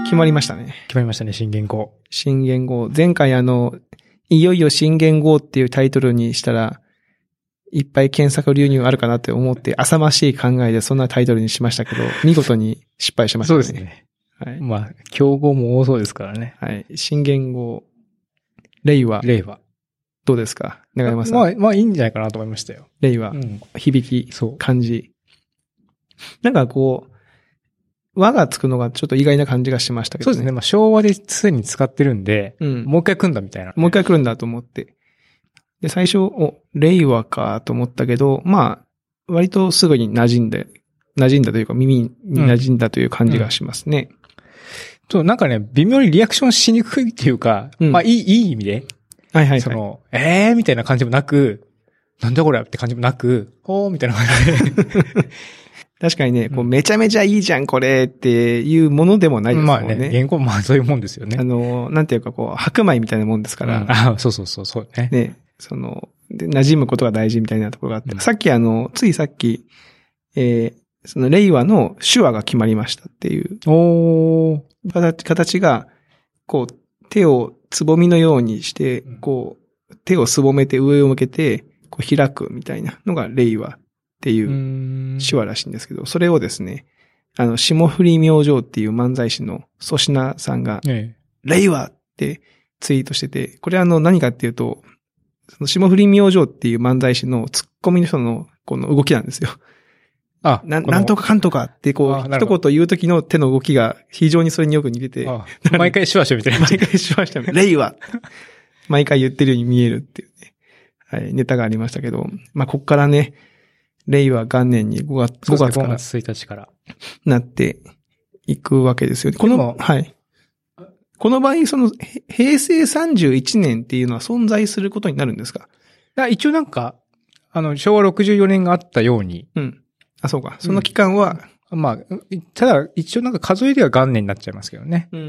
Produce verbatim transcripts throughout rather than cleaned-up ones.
決まりましたね。 決まりましたね、新元号。 新元号。前回あの、いよいよ新元号っていうタイトルにしたら、いっぱい検索流入あるかなって思って、浅ましい考えでそんなタイトルにしましたけど、見事に失敗しましたね。 そうですね。 はい。 まあ、競合も多そうですからね。 はい。新元号、令和。 令和。 どうですか長山さん。 まあ、まあいいんじゃないかなと思いましたよ。 令和。うん、響き、そう。漢字。なんかこう、和がつくのがちょっと意外な感じがしましたけどね。 そうですね。まあ昭和ですでに使ってるんで、うん、もう一回来るんだみたいな。 もう一回来るんだと思って。で、最初、お、令和かと思ったけど、まあ、割とすぐに馴染んで、馴染んだというか耳に馴染んだという感じがしますね。 うん、うん、なんかね、微妙にリアクションしにくいっていうか、うん、まあいい、いい意味で。 はいはいはい。 その、えーみたいな感じもなく、なんだこれって感じもなく、ほーみたいな感じで。 確かにね、こうめちゃめちゃいいじゃんこれっていうものでもないですもんね。 まあね、原稿まあそういうもんですよね。 あの、なんていうかこう、白米みたいなもんですから。 うん、あそうそうそう、そうね。 ね、その、で、馴染むことが大事みたいなところがあって、うん、さっきあの、ついさっき、えー、その令和の手話が決まりましたっていう。 お形、形が、こう、手をつぼみのようにして、こう、手をすぼめて上を向けて、こう開くみたいなのが令和っていう手話らしいんですけど、それをですね、あの、霜降り明星っていう漫才師の粗品さんが、ええ、令和ってツイートしてて、これあの何かっていうと、その霜降り明星っていう漫才師のツッコミの人のこの動きなんですよ。 あ、 な、なんとかかんとかってこう、一言言うときの手の動きが非常にそれによく似てて。 ああ毎回シュワシュワみたいな。 毎回シュワシュワ。令和毎回言ってるように見えるっていうね。はい、ネタがありましたけど、まあ、こっからね、令和元年にごがつ、ごがつから。 ごがつついたちから。 なっていくわけですよね。この、はい。この場合、その、平成さんじゅういちねんっていうのは存在することになるんですか？ 一応なんか、あの、しょうわろくじゅうよねんがあったように。 うん。あ、そうか。その期間は、 うん、まあ、ただ、一応なんか数えでは元年になっちゃいますけどね。 うん。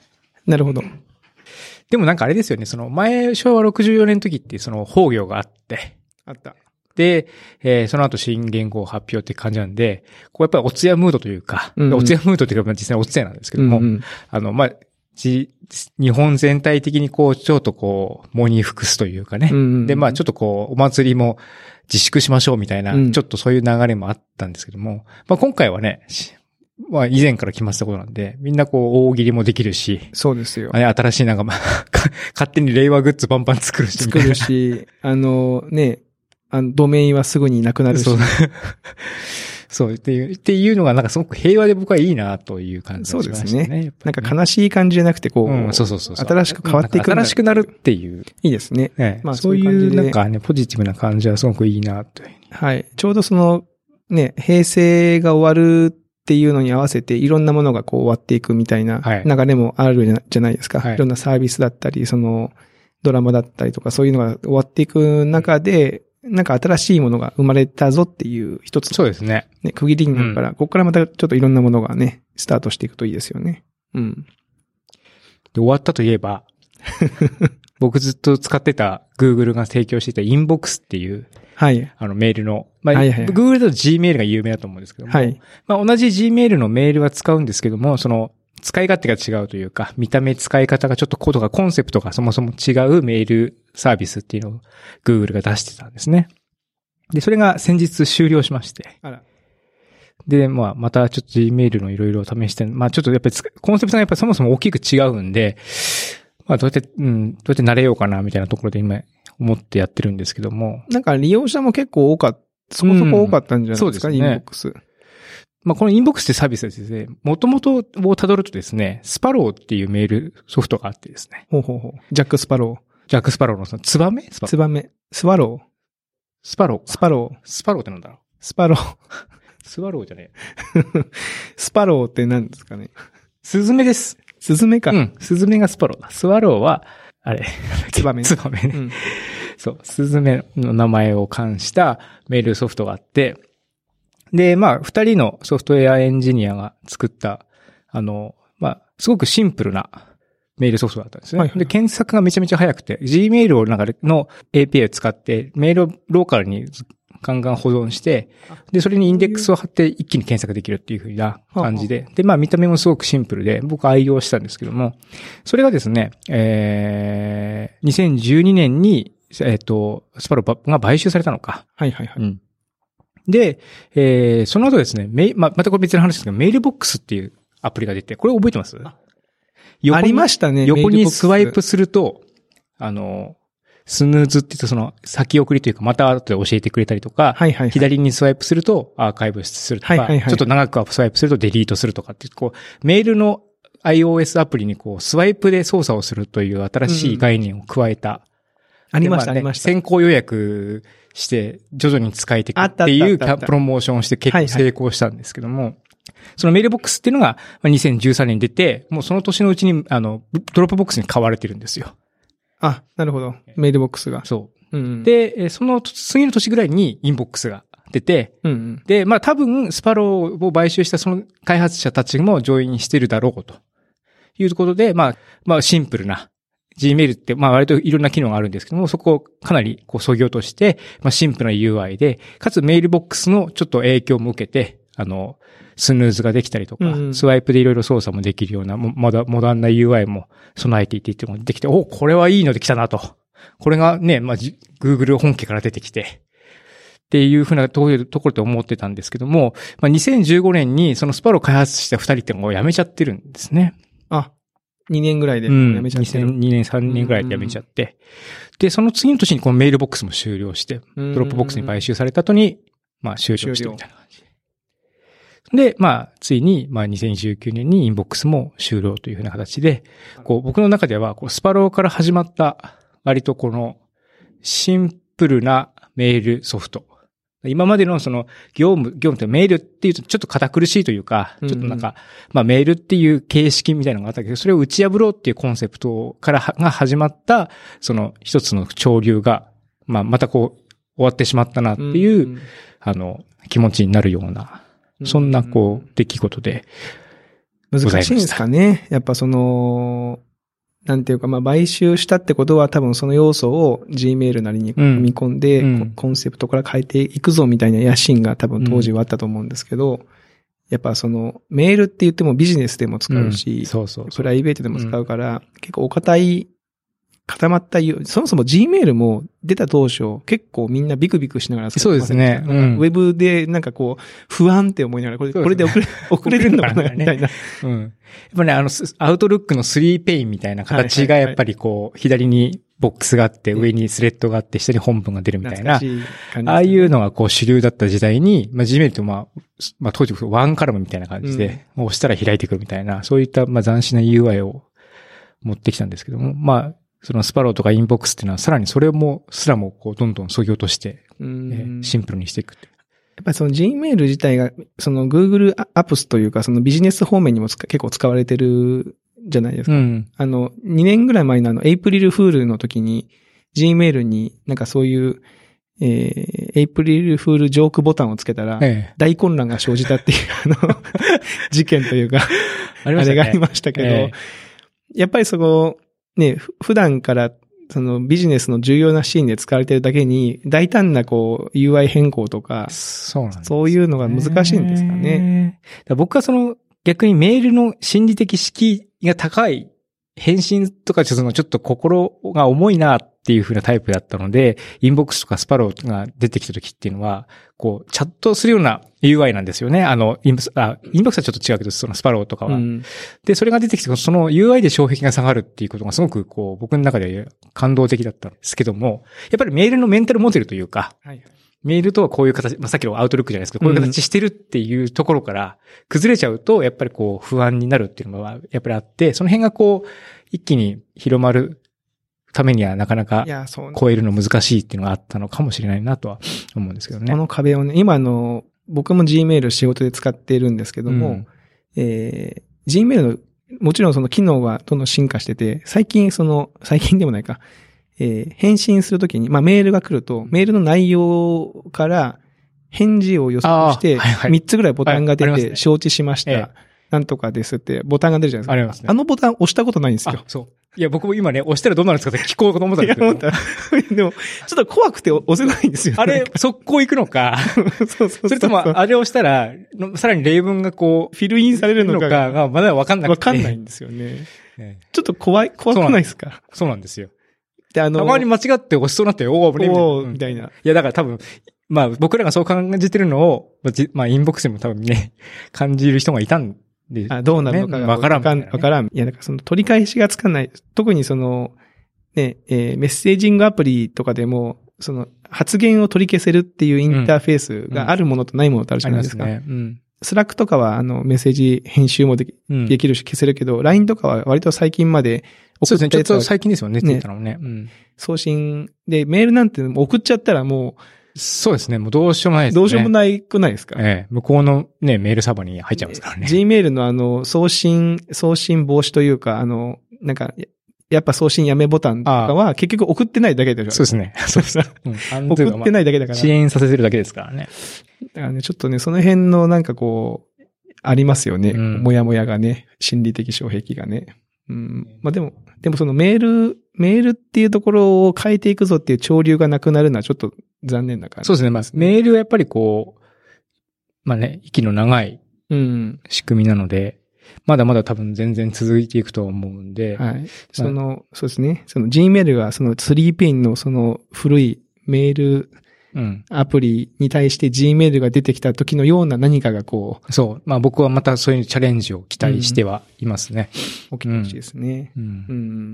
なるほど。 でもなんかあれですよね、その前、しょうわろくじゅうよねんの時ってその崩御があって。 あった。 で、えー、その後新元号発表って感じなんで、こうやっぱりおつやムードというか、うんうん、おつやムードというか、実際おつやなんですけども、うんうん、あの、まあ、じ、日本全体的にこう、ちょっとこう、喪に服すというかね。うんうんうん、で、まあ、ちょっとこう、お祭りも自粛しましょうみたいな、うん、ちょっとそういう流れもあったんですけども、まあ今回はね、まあ以前から決まったことなんで、みんなこう、大喜利もできるし。 そうですよ。 新しいなんか、まあ、勝手に令和グッズバンバン作るし。 作るし、あの、ね、あの、ドメインはすぐになくなるし。 そう。そうっていう、っていうのがなんかすごく平和で僕はいいなという感じがしましたね。そうですね。 ねなんか悲しい感じじゃなくてこう、うん、 そうそうそうそう新しく変わっていくんだ。 新しくなるっていう。 いいですね。 ね、まあそういうなんかね、ポジティブな感じはすごくいいなという。 はい。ちょうどその、ね、平成が終わるっていうのに合わせていろんなものがこう終わっていくみたいな流れもあるじゃないですか。はい、いろんなサービスだったり、その、ドラマだったりとかそういうのが終わっていく中で、なんか新しいものが生まれたぞっていう一つの、 そうですね。 ね、区切りになるから、うん、ここからまたちょっといろんなものがね、スタートしていくといいですよね。うん。 で、終わったといえば、僕ずっと使ってた Google が提供していたインボックスっていう、はい。あのメールの、まあ、はいはいはい、Google だと Gmail が有名だと思うんですけども、はい。まあ同じ Gmail のメールは使うんですけども、その、使い勝手が違うというか、見た目使い方がちょっとコードがコンセプトがそもそも違うメールサービスっていうのを Google が出してたんですね。で、それが先日終了しまして。あら。で、まあ、またちょっと Gmail のいろいろ試して、まあちょっとやっぱりコンセプトがやっぱりそもそも大きく違うんで、まあどうやって、うん、どうやって慣れようかなみたいなところで今思ってやってるんですけども。 なんか利用者も結構多かった、そこそこ多かったんじゃないですか、うん、そうですね。インボックス。 まあ、このインボックスってサービスはですね、元々を辿るとですね、スパローっていうメールソフトがあってですね。 ほうほうほう。ジャックスパロー。 ジャックスパローのそのツバメツバメ。スワロー。 スパロー。 スパロー。 スパローってなんだろうスパロー。 スワローじゃねえ。スパローって何ですかね。 スズメです。 スズメか。 うん。スズメがスパローだ。スワローは、あれ。 ツバメ。 ツバメね。うん、そう。スズメの名前を冠したメールソフトがあって、で、まあ、二人のソフトウェアエンジニアが作った、あの、まあ、すごくシンプルなメールソフトだったんですね。 はいはい、 で、検索がめちゃめちゃ早くて、Gmail をなんかの エーピーアイ を使って、メールをローカルにガンガン保存して、で、それにインデックスを貼って一気に検索できるっていう風な感じで、で、まあ見た目もすごくシンプルで、僕愛用したんですけども、それがですね、えー、にせんじゅうにねんに、えっと、スパローが買収されたのか。 はいはいはい。うん、 で、えー、その後ですね、メま、またこれ別の話ですけど、メールボックスっていうアプリが出て、これ覚えてます？ ありましたね。 横にスワイプすると、あの、スヌーズって言ってその先送りというかまた後で教えてくれたりとか、 はいはいはい、 左にスワイプするとアーカイブするとか、はいはいはい、ちょっと長くスワイプするとデリートするとかって、こう、メールの iOS アプリにこう、スワイプで操作をするという新しい概念を加えた。うん、 ありました、ね、ありました。 先行予約して徐々に使えていくっていうプロモーションをして結構成功したんですけども、はいはい、そのメールボックスっていうのがにせんじゅうさんねんに出て、もうその年のうちにあの、ドロップボックスに買われてるんですよ。 あ、なるほど。メールボックスが。 そう。うんうん、で、その次の年ぐらいにインボックスが出て、うんうん、で、まあ多分スパローを買収したその開発者たちもジョインしてるだろうということで、まあ、まあシンプルな Gmail ってまあ割といろんな機能があるんですけども、そこをかなりこう削ぎ落として、まあシンプルな ユーアイ で、かつメールボックスのちょっと影響も受けて、あの、スヌーズができたりとか、うんうん、スワイプでいろいろ操作もできるような、まだモダンな ユーアイ も備えていてっていうのができて、お、これはいいのできたなと。これがね、まあ、Google 本家から出てきて、っていうふうなところで思ってたんですけども、まあ、にせんじゅうごねんにそのスパローを開発した二人ってのを辞めちゃってるんですね。 あ、にねんぐらいで辞めちゃってる。 うん、にせんにねん、さんねんぐらいで辞めちゃって。で、その次の年にこのメールボックスも終了して、ドロップボックスに買収された後に、まあ、終了してみたいな感じ。で、まあ、ついに、まあ、にせんじゅうきゅうねんにインボックスも終了というふうな形で、こう、僕の中では、こう、スパローから始まった、割とこの、シンプルなメールソフト。今までのその、業務、業務ってメールっていうとちょっと堅苦しいというか、ちょっとなんか、まあメールっていう形式みたいなのがあったけど、それを打ち破ろうっていうコンセプトからが始まった、その一つの潮流が、まあまたこう、終わってしまったなっていう、あの、気持ちになるような、そんなこう、出来事で。 難しいんですかね。やっぱその、なんていうか、まあ、買収したってことは多分その要素を Gmail なりに組み込んで、うん、コンセプトから変えていくぞみたいな野心が多分当時はあったと思うんですけど、うん、やっぱそのメールって言ってもビジネスでも使うし、 うん、そうそうそうプライベートでも使うから、うん、結構お堅い、固まった、そもそも Gmail も出た当初結構みんなビクビクしながら使ってました。 そうですね。 うん、ウェブでなんかこう不安って思いながら、これ、これで送れ、送れるのかなみたいな。 うん。やっぱね、あの、アウトルックのスリーペインみたいな形がやっぱりこう、左にボックスがあって、上にスレッドがあって、下に本文が出るみたいな、ああいうのがこう主流だった時代に、まあ Gmail ってまあ、まあ当時ワンカラムみたいな感じで、うん、押したら開いてくるみたいな、そういったまあ斬新な ユーアイ を持ってきたんですけども、まあ、そのスパローとかインボックスっていうのはさらにそれも、すらもこうどんどん削ぎ落として、えー、シンプルにしていく。 やっぱりその Gmail 自体が、その Google Apps というか、そのビジネス方面にも結構使われてるじゃないですか。うん、あの、にねんぐらい前のあの、エイプリルフールの時に、Gmail になんかそういう、えー、エイプリルフールジョークボタンをつけたら、ええ、大混乱が生じたっていうあの、事件というか、あ, ね、あれがありましたけど、ええ、やっぱりそこ、ね、普段からそのビジネスの重要なシーンで使われているだけに大胆なこう ユーアイ 変更とか、 そうなんですね、 そういうのが難しいんですかね。 だ僕はその逆にメールの心理的敷居が高い返信とかちょっとそのちょっと心が重いなっていう風なタイプだったので、インボックスとかスパローが出てきた時っていうのは、こうチャットするような ユーアイ なんですよね。あの、インボックス、あ、インボックスはちょっと違うけど、そのスパローとかは。うん、で、それが出てきて、その ユーアイ で障壁が下がるっていうことがすごくこう、僕の中で感動的だったんですけども、やっぱりメールのメンタルモデルというか、はい、メールとはこういう形、まあ、さっきのアウトルックじゃないですけど、こういう形してるっていうところから崩れちゃうと、やっぱりこう、不安になるっていうのがやっぱりあって、その辺がこう、一気に広まるためにはなかなか超えるの難しいっていうのがあったのかもしれないなとは思うんですけどね。 この壁をね、今の、僕も Gmail 仕事で使っているんですけども、うん、えー、Gmail の、もちろんその機能はどんどん進化してて、最近その、最近でもないか、えー、返信するときに、まあメールが来ると、メールの内容から返事を予測して、みっつぐらいボタンが出て承知しました。 なんとかですってボタンが出るじゃないですか。 ありますね。 あのボタン押したことないんですよ。 あ、そう。いや、僕も今ね、押したらどうなるんですかって聞こうと思ったんですけど。 いや、でも、ちょっと怖くて押せないんですよ、ね。 あれ、速攻行くのか。そうそうそう。それとも、あれをしたら、さらに例文がこう、 フィルインされるのかが、まだわかんなくて。 わかんないんですよね。ねちょっと怖い、怖くないですか？ そうなんですよ。 で、あの、 たまに間違って押しそうになって、おー、危ねえ、みたいな。いや、だから多分、まあ、僕らがそう感じてるのを、まあ、インボックスでも多分ね、感じる人がいたんで、 あ、どうなるのかがわからん、 わからん。いや、だからその取り返しがつかない。特にその、ね、えー、メッセージングアプリとかでも、その、発言を取り消せるっていうインターフェースがあるものとないものとあるじゃないですか。うんうん、ありますね。うん。スラックとかは、あの、メッセージ編集もでき、うん、できるし消せるけど、ライン とかは割と最近まで送ったやつは。そうですね。ちょっと最近ですよね。ね、って言ったのね。うん。 送信で、メールなんて送っちゃったらもう、 そうですね。もうどうしようもないですね。 どうしようもないくないですか？ ええ。向こうのね、メールサーバーに入っちゃいますからね。 Gmail のあの、送信、送信防止というか、あの、なんか、やっぱ送信やめボタンとかは結局送ってないだけでしょ。 そうですね。そうですね。送ってないだけだから。 遅延させてるだけですからね。 だからね、ちょっとね、その辺のなんかこう、ありますよね。うん、もやもやがね、心理的障壁がね。うん。まあでも、でもそのメール、メールっていうところを変えていくぞっていう潮流がなくなるのはちょっと残念な感じ。 そうですね。まあ、メールはやっぱりこう、まあね、息の長い仕組みなので、うん、まだまだ多分全然続いていくと思うんで。 はい。その、まあ、そうですね。その Gmail がそのスリーピンのその古いメール、うん。アプリに対して Gmail が出てきた時のような何かがこう。そう。まあ僕はまたそういうチャレンジを期待してはいますね。 うん、起きてほしいですね。うん。うん、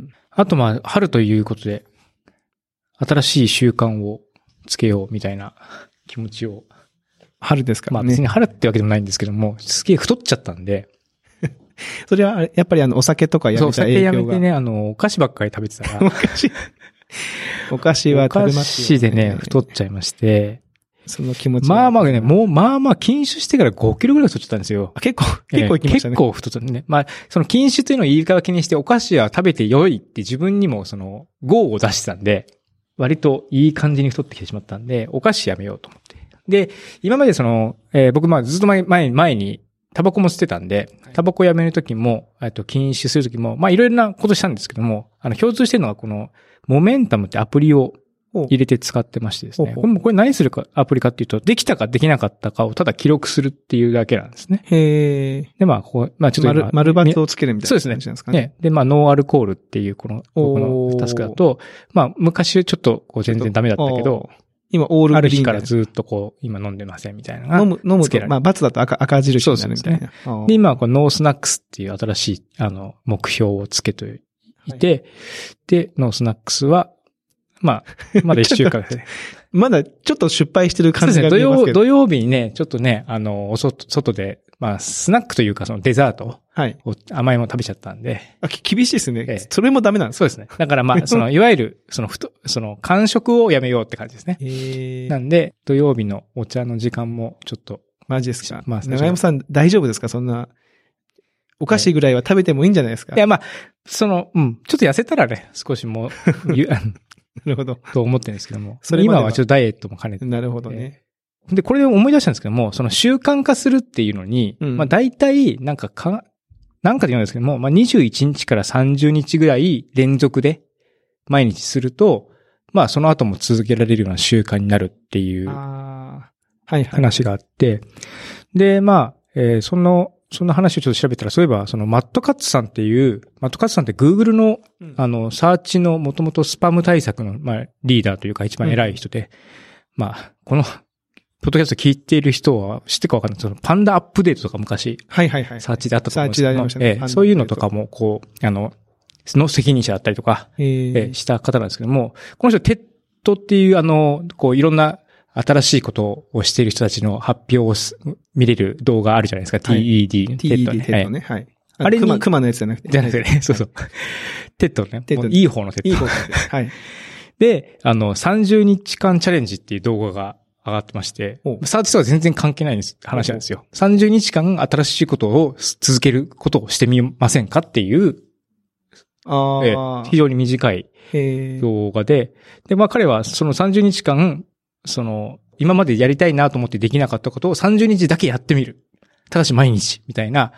あとまあ、春ということで、新しい習慣をつけようみたいな気持ちを。 春ですからね。 まあ別に春ってわけでもないんですけども、すげえ太っちゃったんで。 それはやっぱりあのお酒とかやめた影響が。 そう、お酒やめてね、あの、お菓子ばっかり食べてたら。 お菓子お菓子は食べますよね。 お菓子でね、太っちゃいまして。 その気持ち。 まあまあね、もう、まあまあ禁酒してからごキロぐらい太っちゃったんですよ。 結構、結構いきましたね。 結構太っちゃったね。まあ、その禁酒というのを言い訳にして、お菓子は食べて良いって自分にもその、ゴーを出してたんで、割といい感じに太ってきてしまったんで、お菓子やめようと思って。で、今までその、えー、僕まあずっと前、前、前に、タバコも吸ってたんで、タバコやめるときも、えっと、禁酒するときも、まあいろいろなことしたんですけども、あの、共通してるのがこの、モメンタムってアプリを入れて使ってましてですね。これもこれ何するか、アプリかっていうと、できたかできなかったかをただ記録するっていうだけなんですね。 へー。 で、まあ、こう、まあちょっと丸、丸抜をつけるみたいな感じなんですかね。 ね。で、まあ、ノーアルコールっていうこの、このタスクだと、まあ、昔ちょっとこう全然ダメだったけど、 今、オールグリーン。 ある日からずっとこう、今飲んでませんみたいなのが。 飲む、飲むと、まあ、罰だと赤、赤印になるみたいな。 そうですね。で、今はこのノースナックスっていう新しい、あの、目標をつけていて、はい、で、ノースナックスは、まあ、まだ一週間ですね。 まだちょっと失敗してる感じが見えますけど。土曜、土曜日にね、ちょっとね、あの、お外、外で、まあ、スナックというかそのデザート。はい。甘いもの食べちゃったんで。 あ、厳しいですね。ええ、それもダメなんですか？そうですね。だからまあ、その、いわゆる、その、ふと、その、間食をやめようって感じですね。へなんで、土曜日のお茶の時間もちょっと。 マジですか？まあ、長山さん大丈夫ですか？そんな、お菓子ぐらいは食べてもいいんじゃないですか？ いや、まあ、その、うん、ちょっと痩せたらね、少しもう、 なるほど。 と思ってるんですけども。それ今はちょっとダイエットも兼ねて。 なるほどね。 で、これで思い出したんですけども、その習慣化するっていうのに、うん、まあ大体、なんかか、なんかで言うんですけども、まあにじゅういちにちからさんじゅうにちぐらい連続で毎日すると、まあその後も続けられるような習慣になるっていう話があって、で、まあ、えー、その、その話をちょっと調べたら、そういえば、そのマットカッツさんっていう、マットカッツさんって Google の、うん、あの、サーチのもともとスパム対策の、まあ、リーダーというか一番偉い人で、うん、まあ、この、ポッドキャスト聞いている人は知ってるかわかんないけど、パンダアップデートとか昔、 はいはいはい。 サーチであったと思うんですけど、 サーチでありましたね。 えー、そういうのとかも、こう、あの、の責任者だったりとか、えー、した方なんですけども、この人、テッドっていう、あの、こう、いろんな、新しいことをしている人たちの発表を見れる動画あるじゃないですか。はい、ティーイーディー。 ティーイーディー、テッドね。はい。あれに。クマのやつじゃなくて。 じゃなくてね。そうそう。テッドね。テッド。いい方のテッド。 いい方のテッド。はい。 で、あの、さんじゅうにちかんチャレンジっていう動画が上がってまして、サーチとは全然関係ない話なんですよ。さんじゅうにちかん新しいことを続けることをしてみませんかっていう、あえ非常に短い動画で、で、まあ彼はそのさんじゅうにちかん、その、今までやりたいなと思ってできなかったことをさんじゅうにちだけやってみる。ただし毎日、みたいな、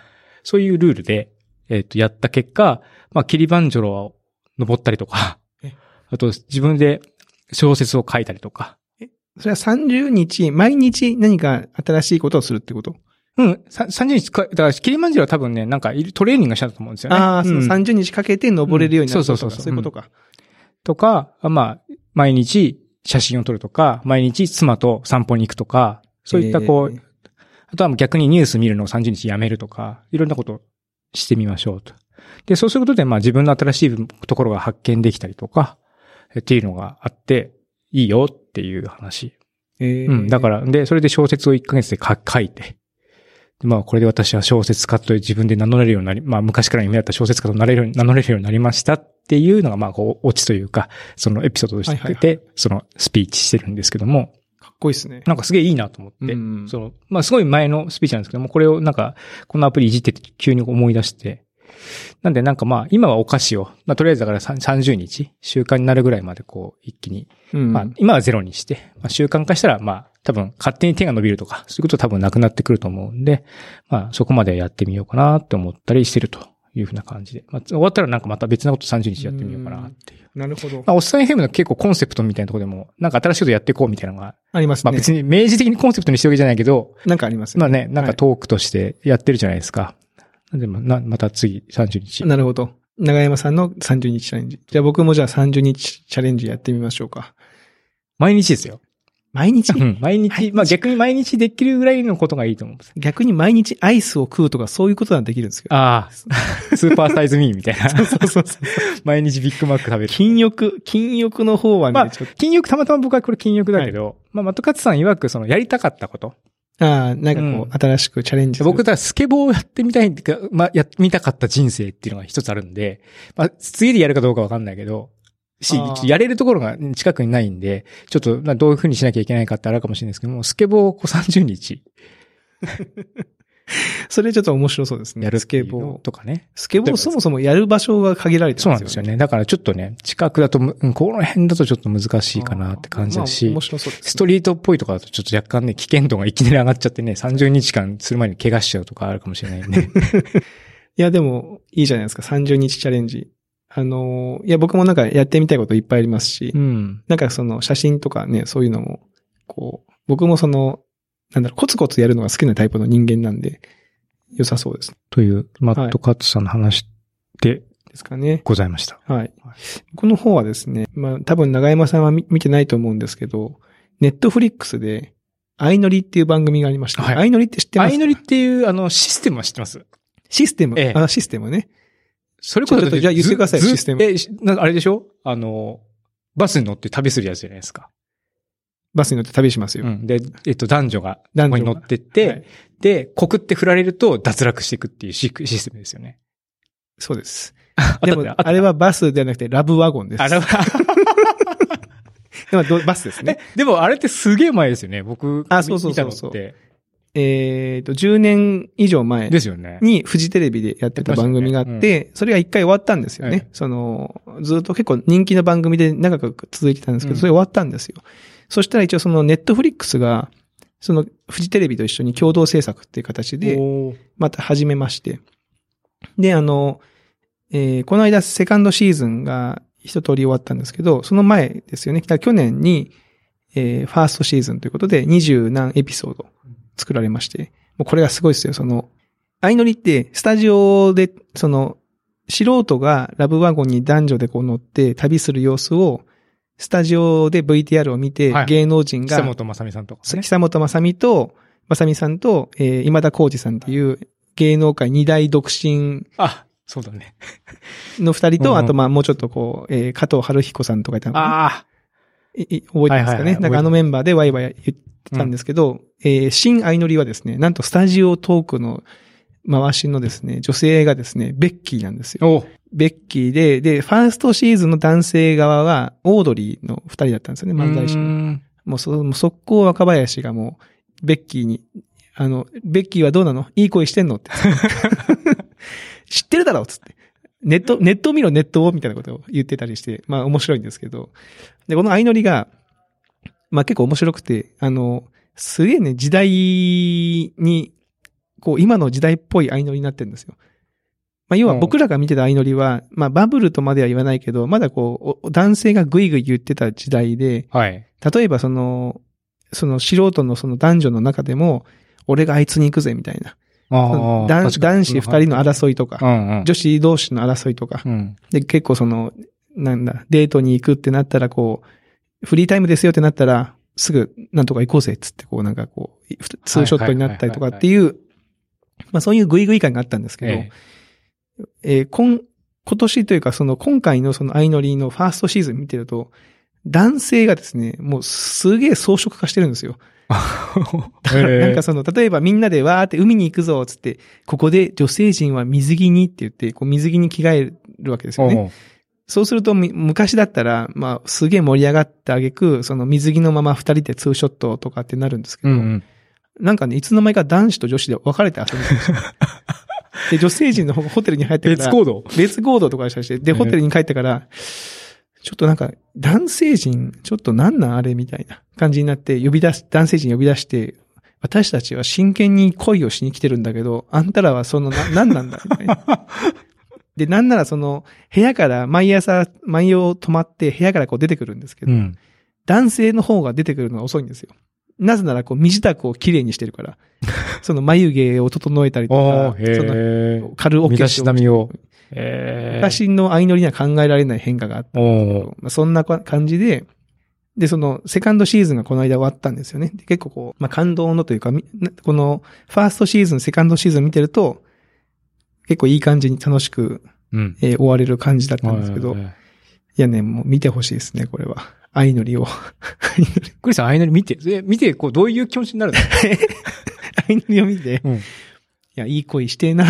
そういうルールで、えっと、やった結果、まあ、キリマンジャロを登ったりとか、あと自分で小説を書いたりとか。 え、それはさんじゅうにち、毎日何か新しいことをするってこと？ うん。さんじゅうにちか、だからキリマンジャロは多分ね、なんかトレーニングしたと思うんですよね。 ああ、うん、そのさんじゅうにちかけて登れるようになる、うん、 そうそうそう。 そういうことか。 とか、まあ、毎日写真を撮るとか、毎日妻と散歩に行くとか、そういったこう、えー、あとは逆にニュース見るのをさんじゅうにちやめるとか、いろんなことをしてみましょうと。で、そうすることで、まあ自分の新しいところが発見できたりとか、っていうのがあって、いいよっていう話。 えー、 うん。だから、で、それで小説をいっかげつで書いて、まあこれで私は小説家と自分で名乗れるようになり、まあ昔から夢だった小説家となれる、名乗れるようになりましたっていうのが、まあこう、オチというか、そのエピソードとしてて、はいはいはい、そのスピーチしてるんですけども。 かっこいいですね。 なんかすげえいいなと思って、うん、その、まあすごい前のスピーチなんですけども、これをなんか、このアプリいじってて急に思い出して、なんでなんかまあ、今はお菓子を、まあとりあえずだからさんじゅうにち、習慣になるぐらいまでこう、一気に、うん、まあ今はゼロにして、まあ習慣化したらまあ、多分勝手に手が伸びるとか、そういうことは多分なくなってくると思うんで、まあそこまでやってみようかなって思ったりしてるというふうな感じで。まあ終わったらなんかまた別なことさんじゅうにちやってみようかなっていう。 うなるほど。 まあおっさん エフエム の結構コンセプトみたいなところでも、なんか新しいことやっていこうみたいなのが。 ありますね。 まあ別に明示的にコンセプトにしてるわけじゃないけど。 なんかありますね。 まあね、なんかトークとしてやってるじゃないですか。はい、でもな、また次さんじゅうにち。 なるほど。長山さんのさんじゅうにちチャレンジ。じゃあ僕もじゃあさんじゅうにちチャレンジやってみましょうか。 毎日ですよ。 毎日うん、毎日、毎日。まあ逆に毎日できるぐらいのことがいいと思うんです。 逆に毎日アイスを食うとかそういうことはできるんですけど。 ああ。スーパーサイズミーみたいな。 そうそうそうそう。毎日ビッグマック食べる。 禁欲、禁欲の方はね、 まあ、ちょっと禁欲、たまたま僕はこれ禁欲だけど、はい、まあ、マトカツさん曰くそのやりたかったこと。 ああ、なんかこう、うん、新しくチャレンジする。 僕、だからスケボーをやってみたいってか、まあ、やってみたかった人生っていうのが一つあるんで、まあ、次でやるかどうかわかんないけど、し、やれるところが近くにないんで、ちょっと、どういう風にしなきゃいけないかってあるかもしれないですけども、スケボーをこうさんじゅうにち。 それちょっと面白そうですね。 やるスケボーとかね。 スケボーそもそもやる場所が限られてますよね。そうなんですよね。だからちょっとね、近くだと、この辺だとちょっと難しいかなって感じだし、 まあ、面白そうですね。 ストリートっぽいとかだとちょっと若干ね、危険度がいきなり上がっちゃってね、さんじゅうにちかんする前に怪我しちゃうとかあるかもしれないんで。 いや、でも、いいじゃないですか。さんじゅうにちチャレンジ。あの、いや、僕もなんかやってみたいこといっぱいありますし、 うん、 なんかその写真とかね、そういうのも、こう、僕もその、なんだろう、コツコツやるのが好きなタイプの人間なんで、良さそうです。 という、マットカッツさんの話で、 ですかね。 ございました。 はい。この方はですね、まあ多分長山さんは見てないと思うんですけど、ネットフリックスで、相乗りっていう番組がありました。 はい。 相乗りって知ってますか？ 相乗りっていう、あの、システムは知ってます。 システム、 ええ、 あ、システムね。 それこそ、 ちょっとじゃあ言ってください、システム。 え、あれでしょ？あの、バスに乗って旅するやつじゃないですか。 バスに乗って旅しますよ。 うん。で、えっと、男女が、ここに乗ってって、はい、で、告って振られると脱落していくっていうシステムですよね。 そうです。でも、あれはバスではなくてラブワゴンです。 あ、ラブでもバスですね。 でもあれってすげえ前ですよね、僕。 あ、そうそうそうそう。えっと、じゅうねん以上前。 ですよね。 にフジテレビでやってた番組があって、ねうん、それが一回終わったんですよね。はい、その、ずっと結構人気の番組で長く続いてたんですけど、うん、それ終わったんですよ。そしたら一応そのネットフリックスが、そのフジテレビと一緒に共同制作っていう形で、また始めまして。で、あの、えー、この間セカンドシーズンが一通り終わったんですけど、その前ですよね。去年に、えー、ファーストシーズンということで二十何エピソード作られまして、もうこれがすごいですよ。その、相乗りってスタジオで、その、素人がラブワゴンに男女でこう乗って旅する様子を、スタジオで ブイティーアール を見て、はい、芸能人が、 久本雅美さんとか、ね。 久本雅美と、雅美さんと、えー、今田耕司さんっていう芸能界二大独身。 あ、そうだね。 の二人と、うん、あとまあもうちょっとこう、えー、加藤春彦さんとかいたのかな。 ああ。 覚えてますかね、はいはいはい。なんかあのメンバーでワイワイ言ってたんですけど、うん、えー、新相乗りはですね、なんとスタジオトークの回しのですね、女性がですね、ベッキーなんですよ。ベッキーで、で、ファーストシーズンの男性側は、オードリーの二人だったんですよね、漫才師の。もうそ、もう速攻若林がもう、ベッキーに、あの、ベッキーはどうなの？いい声してんのって。知ってるだろつって。ネット、ネットを見ろ、ネットをみたいなことを言ってたりして、まあ面白いんですけど。で、この相乗りが、まあ結構面白くて、あの、すげえね、時代に、 こう今の時代っぽい相乗りになってるんですよ。まあ要は僕らが見てた相乗りは、まあバブルとまでは言わないけど、まだこう、男性がグイグイ言ってた時代で、 はい。 例えばその、その素人のその男女の中でも、俺があいつに行くぜみたいな。あ男男子二人の争いとか、うんうん、女子同士の争いとか、うん、で結構その、なんだ、デートに行くってなったらこう、フリータイムですよってなったら、すぐなんとか行こうぜっつってこうなんかこう、ツーショットになったりとかっていう、まあそういうグイグイ感があったんですけど、えええー、今、今年というかその今回のその相乗りのファーストシーズン見てると、男性がですね、もうすげえ装飾化してるんですよ。なんかその、例えばみんなでわーって海に行くぞ、つって、ここで女性陣は水着にって言って、こう水着に着替えるわけですよね。そうすると、昔だったら、まあ、すげえ盛り上がってあげく、その水着のまま二人でツーショットとかってなるんですけど、うんうん、なんかね、いつの間にか男子と女子で分かれて遊んでるんですよ。で、女性陣の方がホテルに入ってから、 別行動別行動とかしたりして、で、ホテルに帰ってから、ちょっとなんか、男性陣、ちょっとなんなんあれみたいな感じになって、呼び出す、男性陣呼び出して、私たちは真剣に恋をしに来てるんだけど、あんたらはその、な、なんなんだみたいな。で、なんならその、部屋から毎朝、毎夜泊まって部屋からこう出てくるんですけど、うん、男性の方が出てくるのが遅いんですよ。なぜならこう、身支度をきれいにしてるから。その眉毛を整えたりとか、その、軽お化粧を。 身だしなみを。 昔の相乗りには考えられない変化があったんですけど、まあ、そんな感じで、で、その、セカンドシーズンがこの間終わったんですよね。で結構こう、まあ、感動のというか、この、ファーストシーズン、セカンドシーズン見てると、結構いい感じに楽しく、うんえー、終われる感じだったんですけど、いやね、もう見てほしいですね、これは。相乗りを。 クリさん、相乗り見て、え見て、こう、どういう気持ちになるの相乗りを見て、うん、いや、いい恋してえなって。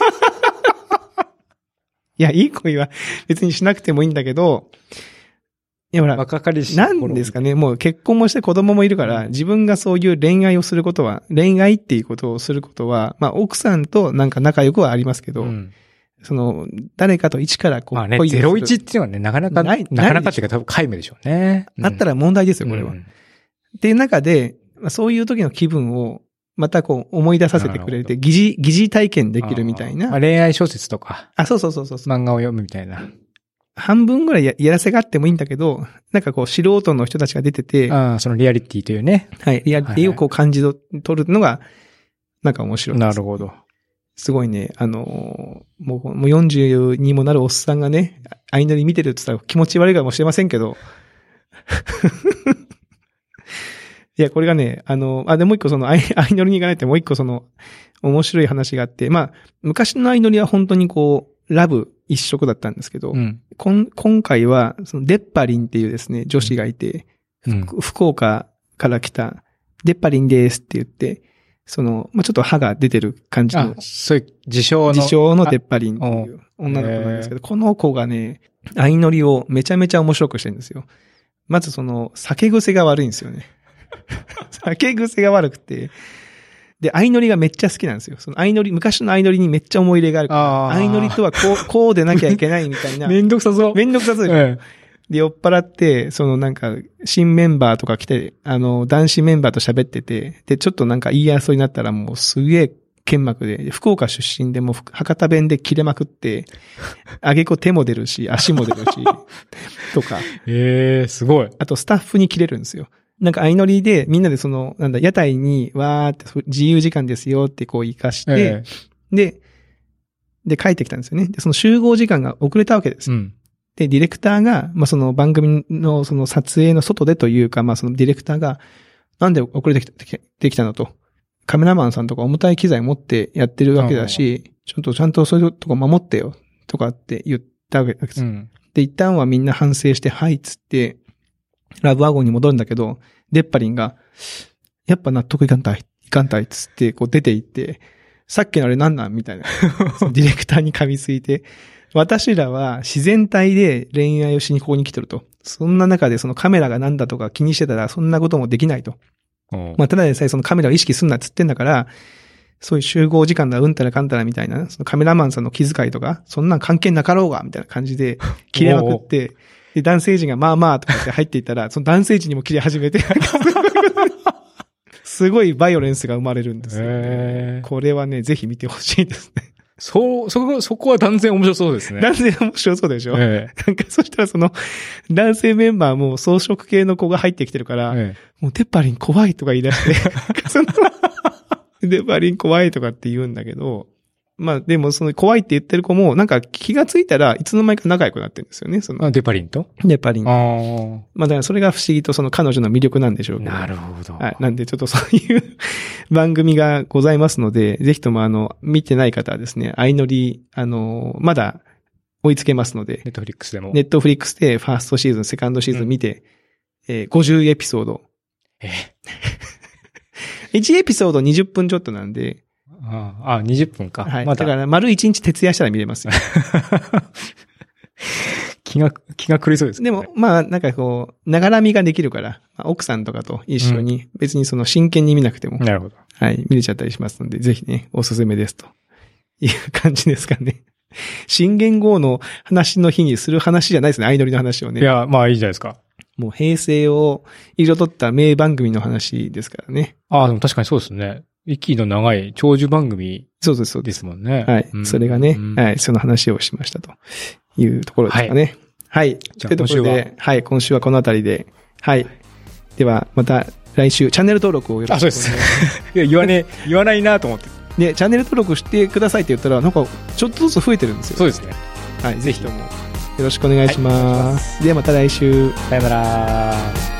いや、いい恋は別にしなくてもいいんだけど、いや、ほら、 若かりしなんですかね、もう結婚もして子供もいるから、うん、自分がそういう恋愛をすることは、恋愛っていうことをすることは、まあ、奥さんとなんか仲良くはありますけど、うん、その、誰かと一からこう、 まあね、ゼロイチっていうのはね、なかなか、ないなかなかっていうか多分皆無でしょうね。 あったら問題ですよ、これは。うん、っていう中で、まあ、そういう時の気分を、またこう思い出させてくれて、疑似、疑似体験できるみたいな。 まあ、恋愛小説とか。 あ、そうそうそうそう。 漫画を読むみたいな。 半分ぐらい や, やらせがあってもいいんだけど、なんかこう素人の人たちが出てて。 ああ、そのリアリティというね。 はい、リアリティをこう感じ取るのが、なんか面白いです。 なるほど。 すごいね、あのー、もう、もうよんじゅうにもなるおっさんがね、相乗り見てるって言ったら気持ち悪いかもしれませんけど。いや、これがね、あの、あ、でもう一個その、相乗りに行かないってもう一個その、面白い話があって、まあ、昔の相乗りは本当にこう、ラブ一色だったんですけど、うん、こん今回は、その、デッパリンっていうですね、女子がいて、うん、福岡から来た、デッパリンですって言って、その、まあ、ちょっと歯が出てる感じの。 あ、そういう自称の。 自称のデッパリンっていう女の子なんですけど、この子がね、相乗りをめちゃめちゃ面白くしてるんですよ。まずその、酒癖が悪いんですよね。酒癖が悪くて。で、相乗りがめっちゃ好きなんですよ。その相乗り、昔の相乗りにめっちゃ思い入れがあるから。相乗りとはこう、こうでなきゃいけないみたいな。 めんどくさそう。 めんどくさそうでしょ。ええ、で、酔っ払って、そのなんか、新メンバーとか来て、あの、男子メンバーと喋ってて、で、ちょっとなんか言い争いになったらもうすげえ剣幕で、福岡出身でも博多弁で切れまくって、あげこ手も出るし、足も出るし、とか。 ええー、すごい。 あとスタッフに切れるんですよ。なんか相乗りでみんなでその、なんだ、屋台にわーって自由時間ですよってこう活かして、えー、で、で帰ってきたんですよね。で、その集合時間が遅れたわけです。うん、で、ディレクターが、まあ、その番組のその撮影の外でというか、まあ、そのディレクターが、なんで遅れてきた、てきたのと。カメラマンさんとか重たい機材持ってやってるわけだし、ちょっとちゃんとそういうとこ守ってよ、とかって言ったわけです。うん、で、一旦はみんな反省して、はい、つって、ラブワゴンに戻るんだけど、デッパリンが、やっぱ納得いかんたい、いかんたい、つって、こう出て行って、さっきのあれなんなんみたいな。ディレクターに噛みついて、私らは自然体で恋愛をしにここに来てると。そんな中でそのカメラがなんだとか気にしてたらそんなこともできないと。まあ、ただでさえそのカメラを意識すんなっつってんだから、そういう集合時間だうんたらかんたらみたいな、そのカメラマンさんの気遣いとか、そんなん関係なかろうが、みたいな感じで切れまくって、で、男性陣がまあまあとかって入っていったら、その男性陣にも切れ始めて、 すごいバイオレンスが生まれるんですよ、ね。これはね、ぜひ見てほしいですね。 そう、そこ、そこは断然面白そうですね。 断然面白そうでしょ、ええ、なんかそしたらその、男性メンバーも装飾系の子が入ってきてるから、ええ、もうテッパリン怖いとか言い出して、そのテッパリン怖いとかって言うんだけど、まあでもその怖いって言ってる子もなんか気がついたらいつの間にか仲良くなってるんですよね。そのあ、デパリンとデパリン。ああ。まあだからそれが不思議とその彼女の魅力なんでしょうけど。 なるほど。 はい。なんでちょっとそういう番組がございますので、ぜひともあの、見てない方はですね、相乗り、あの、まだ追いつけますので。 ネットフリックスでも。 ネットフリックスでファーストシーズン、セカンドシーズン見て、うん、えー、ごじゅうエピソード。 えいちエピソードにじゅっぷんちょっとなんで、 ああ、にじゅっぷんか。 はい。まだから、丸いちにち徹夜したら見れますよ。 気が、気が狂いそうですね。 でも、まあ、なんかこう、ながら見ができるから、まあ、奥さんとかと一緒に、別にその真剣に見なくても、 なるほど。 はい、見れちゃったりしますので、ぜひね、おすすめですという感じですかね。新元号の話の日にする話じゃないですね、相乗りの話をね。 いや、まあいいじゃないですか。 もう平成を彩った名番組の話ですからね。 ああ、でも確かにそうですね。息の長い長寿番組そうですそうですもんね。 はい、うん。それがね、うん、はい、その話をしましたというところですかね。はい。はい、 じゃあ今週は、 はい、今週はこのあたりで、はい。ではまた来週チャンネル登録をよろしくお願いします。 あ、そうです。いや言わね言わないなと思って。 でチャンネル登録してくださいって言ったらなんかちょっとずつ増えてるんですよ。 そうですね。 はい、ぜひともよろしくお願いします。はい、ではまた来週。 さよなら。